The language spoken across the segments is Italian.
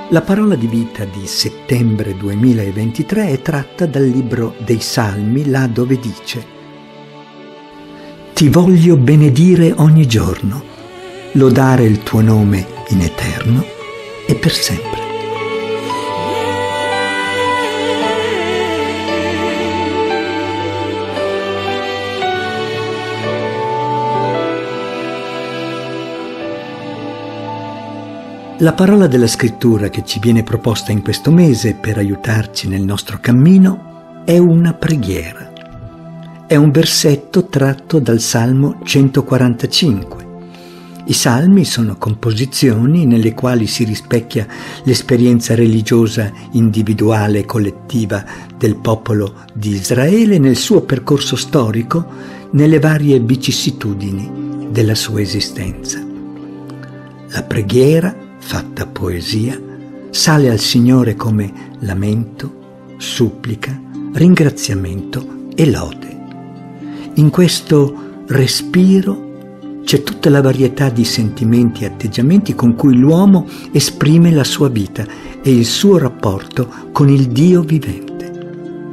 La parola di vita di settembre 2023 è tratta dal libro dei Salmi, là dove dice: Ti voglio benedire ogni giorno, lodare il tuo nome in eterno e per sempre. La parola della scrittura che ci viene proposta in questo mese per aiutarci nel nostro cammino è una preghiera. È un versetto tratto dal Salmo 145. I salmi sono composizioni nelle quali si rispecchia l'esperienza religiosa individuale e collettiva del popolo di Israele nel suo percorso storico, nelle varie vicissitudini della sua esistenza. La preghiera, fatta poesia, sale al Signore come lamento, supplica, ringraziamento e lode. In questo respiro c'è tutta la varietà di sentimenti e atteggiamenti con cui l'uomo esprime la sua vita e il suo rapporto con il Dio vivente.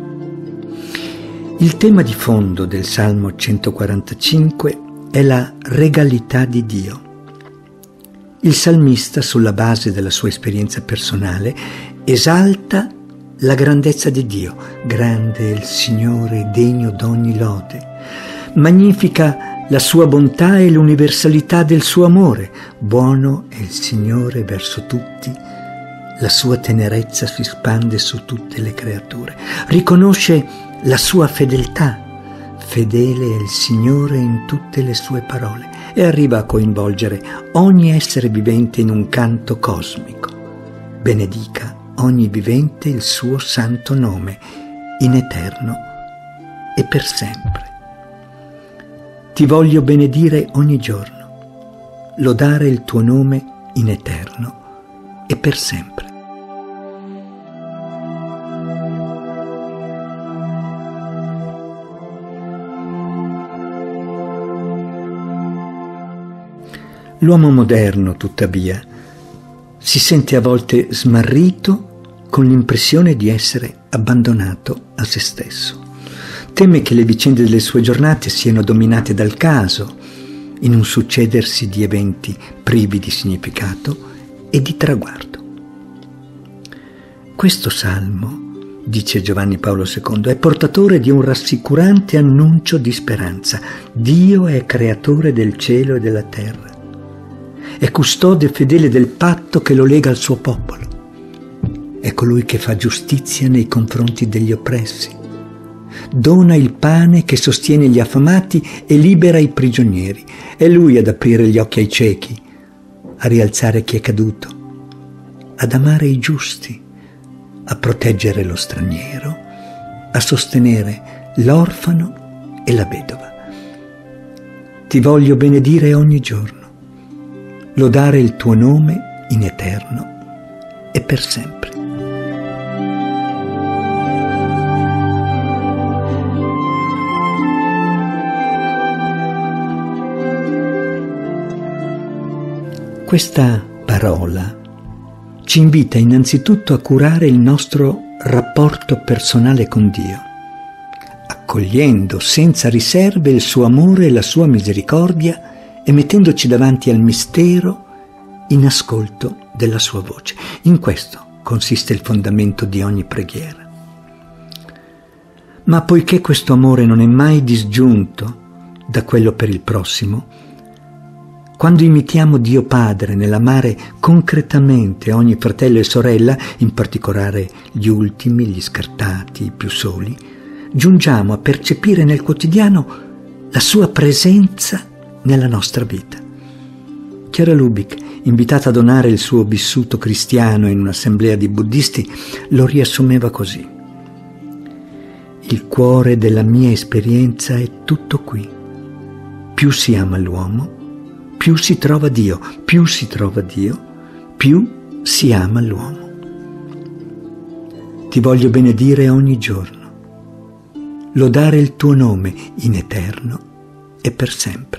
Il tema di fondo del Salmo 145 è la regalità di Dio. Il salmista, sulla base della sua esperienza personale, esalta la grandezza di Dio. Grande è il Signore, degno d'ogni lode. Magnifica la sua bontà e l'universalità del suo amore. Buono è il Signore verso tutti. La sua tenerezza si spande su tutte le creature. Riconosce la sua fedeltà. Fedele è il Signore in tutte le sue parole. E arriva a coinvolgere ogni essere vivente in un canto cosmico. Benedica ogni vivente il suo santo nome, in eterno e per sempre. Ti voglio benedire ogni giorno, lodare il tuo nome in eterno e per sempre. L'uomo moderno, tuttavia, si sente a volte smarrito con l'impressione di essere abbandonato a se stesso. Teme che le vicende delle sue giornate siano dominate dal caso, in un succedersi di eventi privi di significato e di traguardo. Questo salmo, dice Giovanni Paolo II, è portatore di un rassicurante annuncio di speranza. Dio è creatore del cielo e della terra. È custode fedele del patto che lo lega al suo popolo. È colui che fa giustizia nei confronti degli oppressi. Dona il pane che sostiene gli affamati e libera i prigionieri. È lui ad aprire gli occhi ai ciechi, a rialzare chi è caduto, ad amare i giusti, a proteggere lo straniero, a sostenere l'orfano e la vedova. Ti voglio benedire ogni giorno, lodare il tuo nome in eterno e per sempre. Questa parola ci invita innanzitutto a curare il nostro rapporto personale con Dio, accogliendo senza riserve il suo amore e la sua misericordia e mettendoci davanti al mistero in ascolto della sua voce. In questo consiste il fondamento di ogni preghiera. Ma poiché questo amore non è mai disgiunto da quello per il prossimo, quando imitiamo Dio Padre nell'amare concretamente ogni fratello e sorella, in particolare gli ultimi, gli scartati, i più soli, giungiamo a percepire nel quotidiano la sua presenza nella nostra vita. Chiara Lubich, invitata a donare il suo vissuto cristiano in un'assemblea di buddisti, lo riassumeva così: il cuore della mia esperienza è tutto qui. Più si ama l'uomo, più si trova Dio. Più si trova Dio, più si ama l'uomo. Ti voglio benedire ogni giorno, lodare il tuo nome in eterno e per sempre.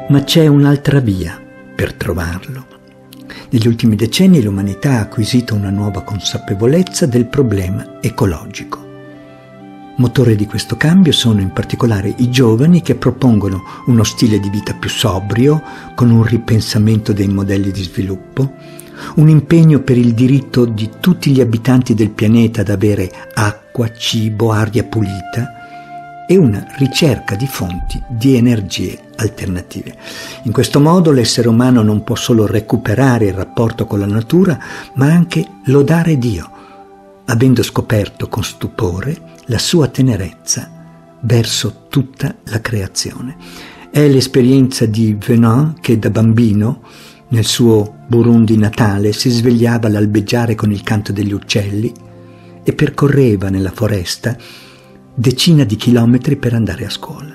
Ma c'è un'altra via per trovarlo. Negli ultimi decenni l'umanità ha acquisito una nuova consapevolezza del problema ecologico. Motore di questo cambio sono in particolare i giovani che propongono uno stile di vita più sobrio, con un ripensamento dei modelli di sviluppo, un impegno per il diritto di tutti gli abitanti del pianeta ad avere acqua, cibo, aria pulita e una ricerca di fonti di energie alternative. In questo modo l'essere umano non può solo recuperare il rapporto con la natura, ma anche lodare Dio, avendo scoperto con stupore la sua tenerezza verso tutta la creazione. È l'esperienza di Venant che da bambino, nel suo Burundi natale, si svegliava all'albeggiare con il canto degli uccelli e percorreva nella foresta decine di chilometri per andare a scuola.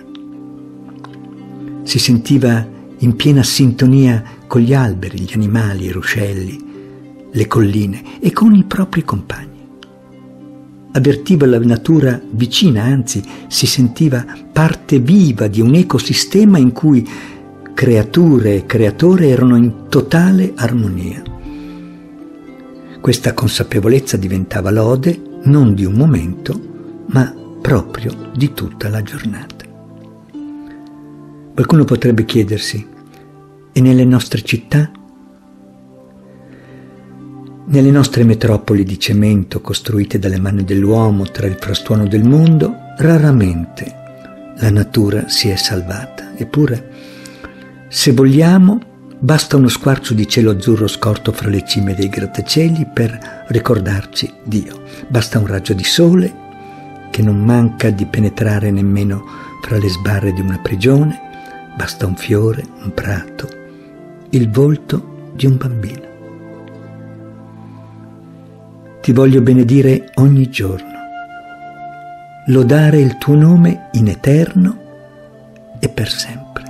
Si sentiva in piena sintonia con gli alberi, gli animali, i ruscelli, le colline e con i propri compagni. Avvertiva la natura vicina, anzi si sentiva parte viva di un ecosistema in cui creature e creatore erano in totale armonia. Questa consapevolezza diventava lode non di un momento, ma proprio di tutta la giornata. Qualcuno potrebbe chiedersi: e nelle nostre città? Nelle nostre metropoli di cemento costruite dalle mani dell'uomo tra il frastuono del mondo, raramente la natura si è salvata. Eppure, se vogliamo, basta uno squarcio di cielo azzurro scorto fra le cime dei grattacieli per ricordarci Dio. Basta un raggio di sole che non manca di penetrare nemmeno fra le sbarre di una prigione. Basta un fiore, un prato, il volto di un bambino. Ti voglio benedire ogni giorno, lodare il tuo nome in eterno e per sempre.